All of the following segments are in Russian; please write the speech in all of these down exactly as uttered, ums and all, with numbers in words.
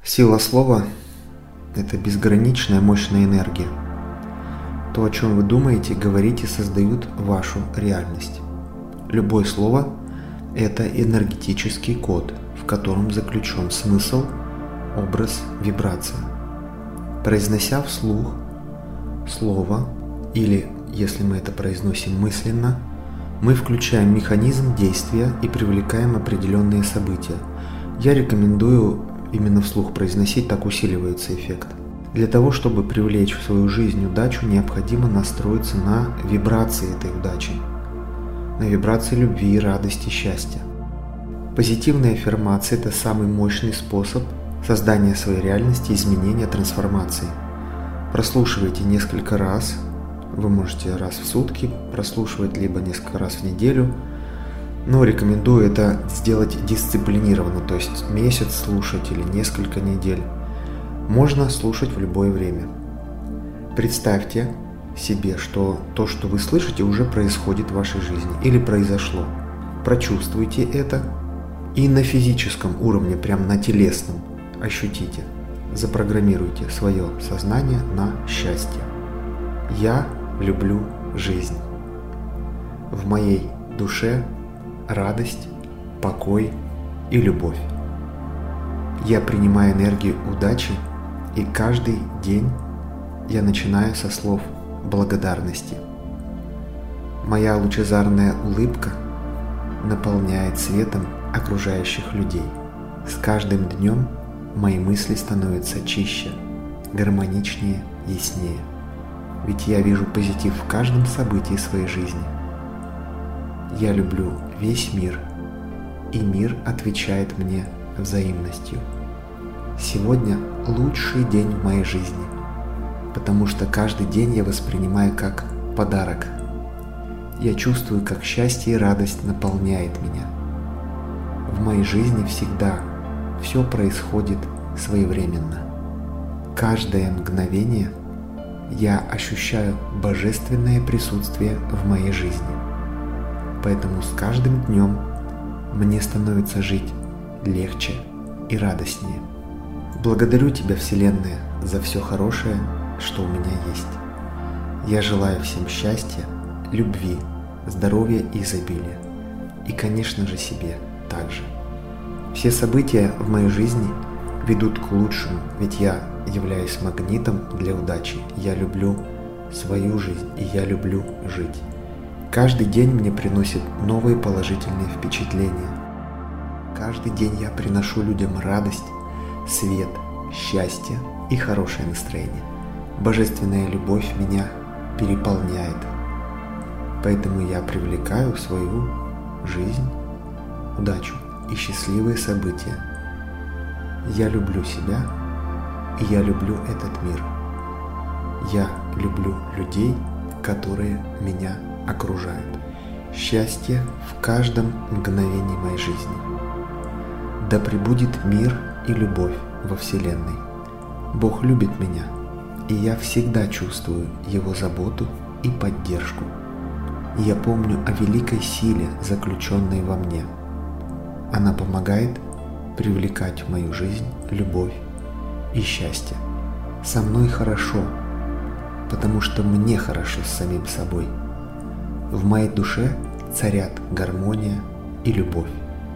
Сила слова – это безграничная мощная энергия. То, о чем вы думаете, говорите, создают вашу реальность. Любое слово – это энергетический код, в котором заключен смысл, образ, вибрация. Произнося вслух слово, или, если мы это произносим мысленно, мы включаем механизм действия и привлекаем определенные события. Я рекомендую именно вслух произносить, так усиливается эффект. Для того, чтобы привлечь в свою жизнь удачу, необходимо настроиться на вибрации этой удачи, на вибрации любви, радости, счастья. Позитивные аффирмации – это самый мощный способ создания своей реальности, изменения, трансформации. Прослушивайте несколько раз, вы можете раз в сутки прослушивать, либо несколько раз в неделю. Но рекомендую это сделать дисциплинированно, то есть месяц слушать или несколько недель. Можно слушать в любое время. Представьте себе, что то, что вы слышите, уже происходит в вашей жизни или произошло. Прочувствуйте это и на физическом уровне, прям на телесном, ощутите. Запрограммируйте свое сознание на счастье. Я люблю жизнь. В моей душе радость, покой и любовь. Я принимаю энергию удачи, и каждый день я начинаю со слов благодарности. Моя лучезарная улыбка наполняет светом окружающих людей. С каждым днем мои мысли становятся чище, гармоничнее, яснее. Ведь я вижу позитив в каждом событии своей жизни. Я люблю весь мир, и мир отвечает мне взаимностью. Сегодня лучший день в моей жизни, потому что каждый день я воспринимаю как подарок. Я чувствую, как счастье и радость наполняет меня. В моей жизни всегда все происходит своевременно. Каждое мгновение я ощущаю божественное присутствие в моей жизни. Поэтому с каждым днем мне становится жить легче и радостнее. Благодарю Тебя, Вселенная, за все хорошее, что у меня есть. Я желаю всем счастья, любви, здоровья и изобилия. И, конечно же, себе также. Все события в моей жизни ведут к лучшему, ведь я являюсь магнитом для удачи. Я люблю свою жизнь, и я люблю жить. Каждый день мне приносит новые положительные впечатления. Каждый день я приношу людям радость, свет, счастье и хорошее настроение. Божественная любовь меня переполняет. Поэтому я привлекаю в свою жизнь удачу и счастливые события. Я люблю себя, и я люблю этот мир. Я люблю людей, которые меня окружают. Счастье в каждом мгновении моей жизни. Да пребудет мир и любовь во Вселенной. Бог любит меня, и я всегда чувствую Его заботу и поддержку. Я помню о великой силе, заключенной во мне. Она помогает привлекать в мою жизнь любовь и счастье. Со мной хорошо, потому что мне хорошо с самим собой. В моей душе царят гармония и любовь.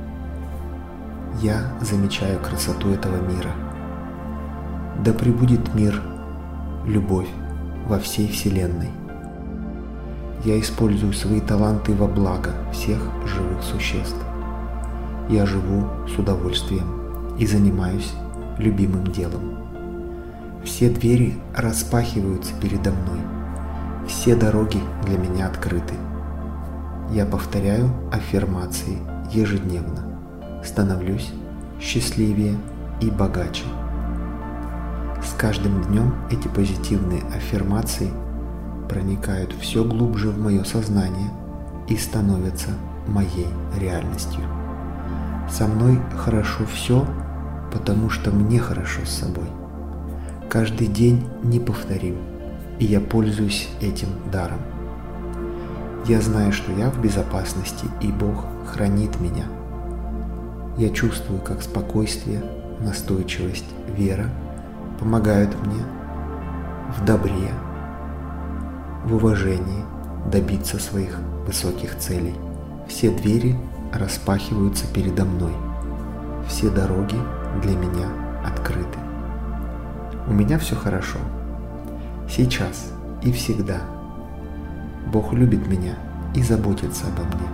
Я замечаю красоту этого мира. Да пребудет мир, любовь во всей Вселенной. Я использую свои таланты во благо всех живых существ. Я живу с удовольствием и занимаюсь любимым делом. Все двери распахиваются передо мной. Все дороги для меня открыты. Я повторяю аффирмации ежедневно. Становлюсь счастливее и богаче. С каждым днем эти позитивные аффирмации проникают все глубже в мое сознание и становятся моей реальностью. Со мной хорошо все, потому что мне хорошо с собой. Каждый день неповторим, и я пользуюсь этим даром. Я знаю, что я в безопасности, и Бог хранит меня. Я чувствую, как спокойствие настойчивость, вера помогают мне в добре, в уважении добиться своих высоких целей. Все двери распахиваются передо мной. Все дороги для меня открыты. У меня все хорошо. Сейчас и всегда. Бог любит меня и заботится обо мне.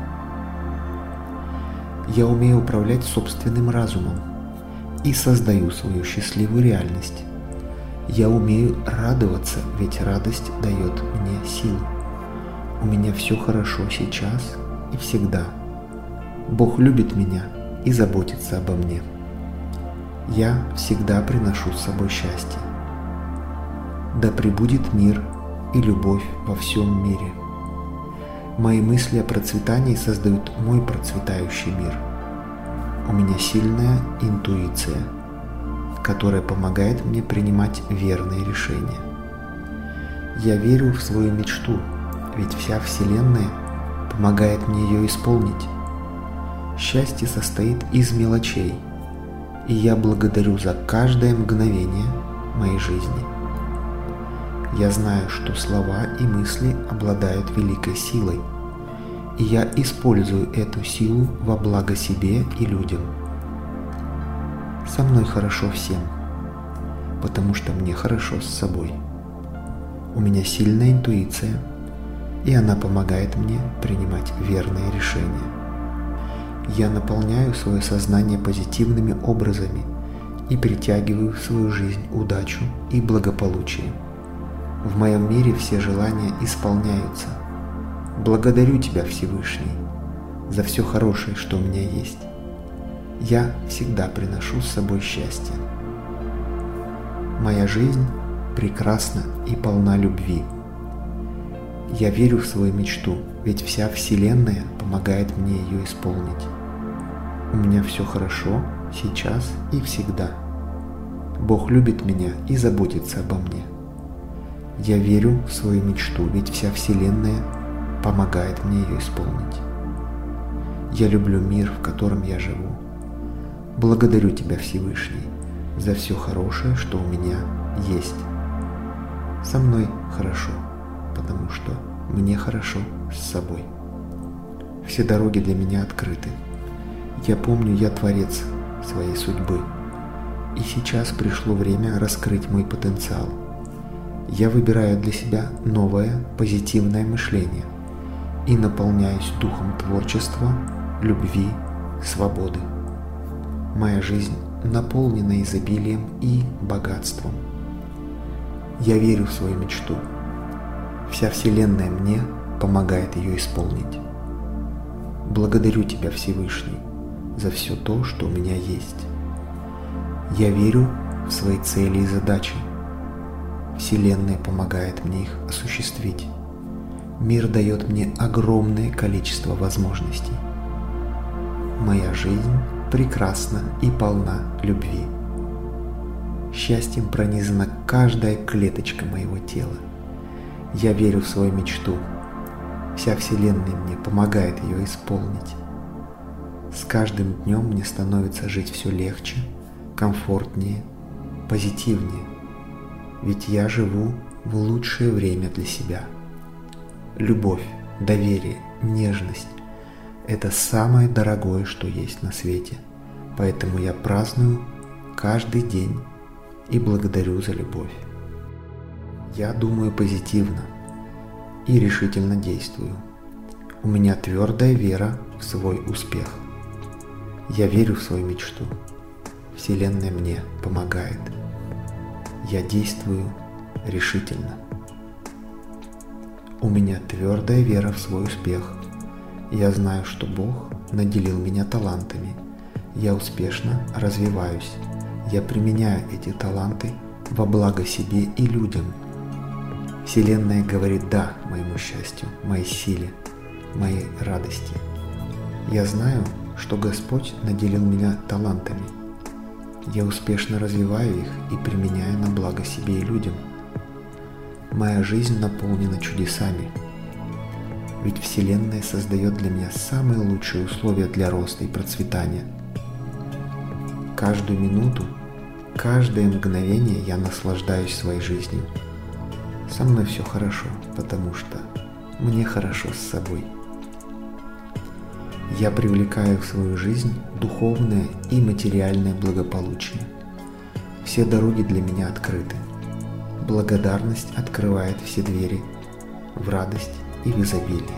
Я умею управлять собственным разумом и создаю свою счастливую реальность. Я умею радоваться, ведь радость дает мне силу. У меня все хорошо сейчас и всегда. Бог любит меня и заботится обо мне. Я всегда приношу с собой счастье. Да пребудет мир и любовь во всем мире. Мои мысли о процветании создают мой процветающий мир. У меня сильная интуиция, которая помогает мне принимать верные решения. Я верю в свою мечту, ведь вся Вселенная помогает мне ее исполнить. Счастье состоит из мелочей, и я благодарю за каждое мгновение моей жизни. Я знаю, что слова и мысли обладают великой силой, и я использую эту силу во благо себе и людям. Со мной хорошо всем, потому что мне хорошо с собой. У меня сильная интуиция, и она помогает мне принимать верные решения. Я наполняю свое сознание позитивными образами и притягиваю в свою жизнь удачу и благополучие. В моем мире все желания исполняются. Благодарю Тебя, Всевышний, за все хорошее, что у меня есть. Я всегда приношу с собой счастье. Моя жизнь прекрасна и полна любви. Я верю в свою мечту, ведь вся Вселенная помогает мне ее исполнить. У меня все хорошо сейчас и всегда. Бог любит меня и заботится обо мне. Я верю в свою мечту, ведь вся Вселенная помогает мне ее исполнить. Я люблю мир, в котором я живу. Благодарю Тебя, Всевышний, за все хорошее, что у меня есть. Со мной хорошо, потому что мне хорошо с собой. Все дороги для меня открыты. Я помню, я творец своей судьбы. И сейчас пришло время раскрыть мой потенциал. Я выбираю для себя новое позитивное мышление и наполняюсь духом творчества, любви, свободы. Моя жизнь наполнена изобилием и богатством. Я верю в свою мечту. Вся Вселенная мне помогает ее исполнить. Благодарю Тебя, Всевышний, за все то, что у меня есть. Я верю в свои цели и задачи. Вселенная помогает мне их осуществить. Мир дает мне огромное количество возможностей. Моя жизнь прекрасна и полна любви. Счастьем пронизана каждая клеточка моего тела. Я верю в свою мечту. Вся Вселенная мне помогает ее исполнить. С каждым днем мне становится жить все легче, комфортнее, позитивнее. Ведь я живу в лучшее время для себя. Любовь, доверие, нежность – это самое дорогое, что есть на свете. Поэтому я праздную каждый день и благодарю за любовь. Я думаю позитивно и решительно действую. У меня твердая вера в свой успех. Я верю в свою мечту. Вселенная мне помогает. Я действую решительно. У меня твердая вера в свой успех. Я знаю, что Бог наделил меня талантами. Я успешно развиваюсь. Я применяю эти таланты во благо себе и людям. Вселенная говорит «да» моему счастью, моей силе, моей радости. Я знаю, что Господь наделил меня талантами. Я успешно развиваю их и применяю на благо себе и людям. Моя жизнь наполнена чудесами. Ведь Вселенная создает для меня самые лучшие условия для роста и процветания. Каждую минуту, каждое мгновение я наслаждаюсь своей жизнью. Со мной все хорошо, потому что мне хорошо с собой. Я привлекаю в свою жизнь духовное и материальное благополучие. Все дороги для меня открыты. Благодарность открывает все двери в радость и в изобилие.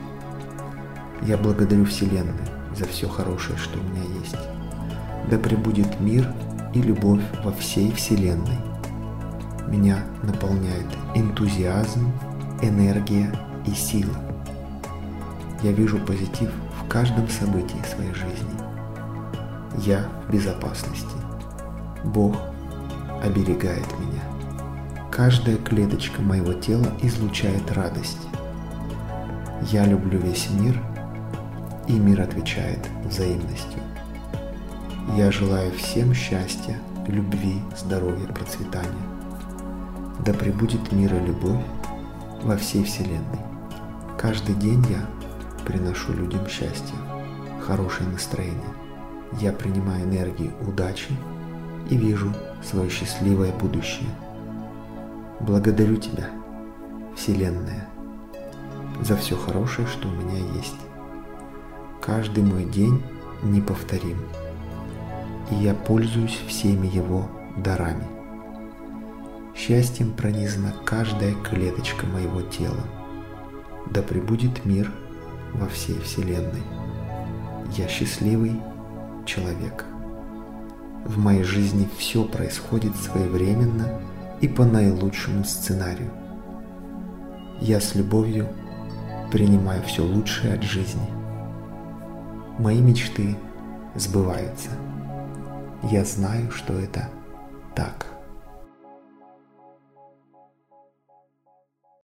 Я благодарю Вселенную за все хорошее, что у меня есть. Да пребудет мир и любовь во всей Вселенной. Меня наполняет энтузиазм, энергия и сила. Я вижу позитив в каждом событии своей жизни. Я в безопасности. Бог оберегает меня. Каждая клеточка моего тела излучает радость. Я люблю весь мир, и мир отвечает взаимностью. Я желаю всем счастья, любви, здоровья, процветания. Да пребудет мир и любовь во всей Вселенной. Каждый день я приношу людям счастье, хорошее настроение. Я принимаю энергию удачи и вижу свое счастливое будущее. Благодарю Тебя, Вселенная, за все хорошее, что у меня есть. Каждый мой день неповторим, и я пользуюсь всеми его дарами. Счастьем пронизана каждая клеточка моего тела. Да пребудет мир во всей Вселенной. Я счастливый человек. В моей жизни все происходит своевременно и по наилучшему сценарию. Я с любовью принимаю все лучшее от жизни. Мои мечты сбываются. Я знаю, что это так.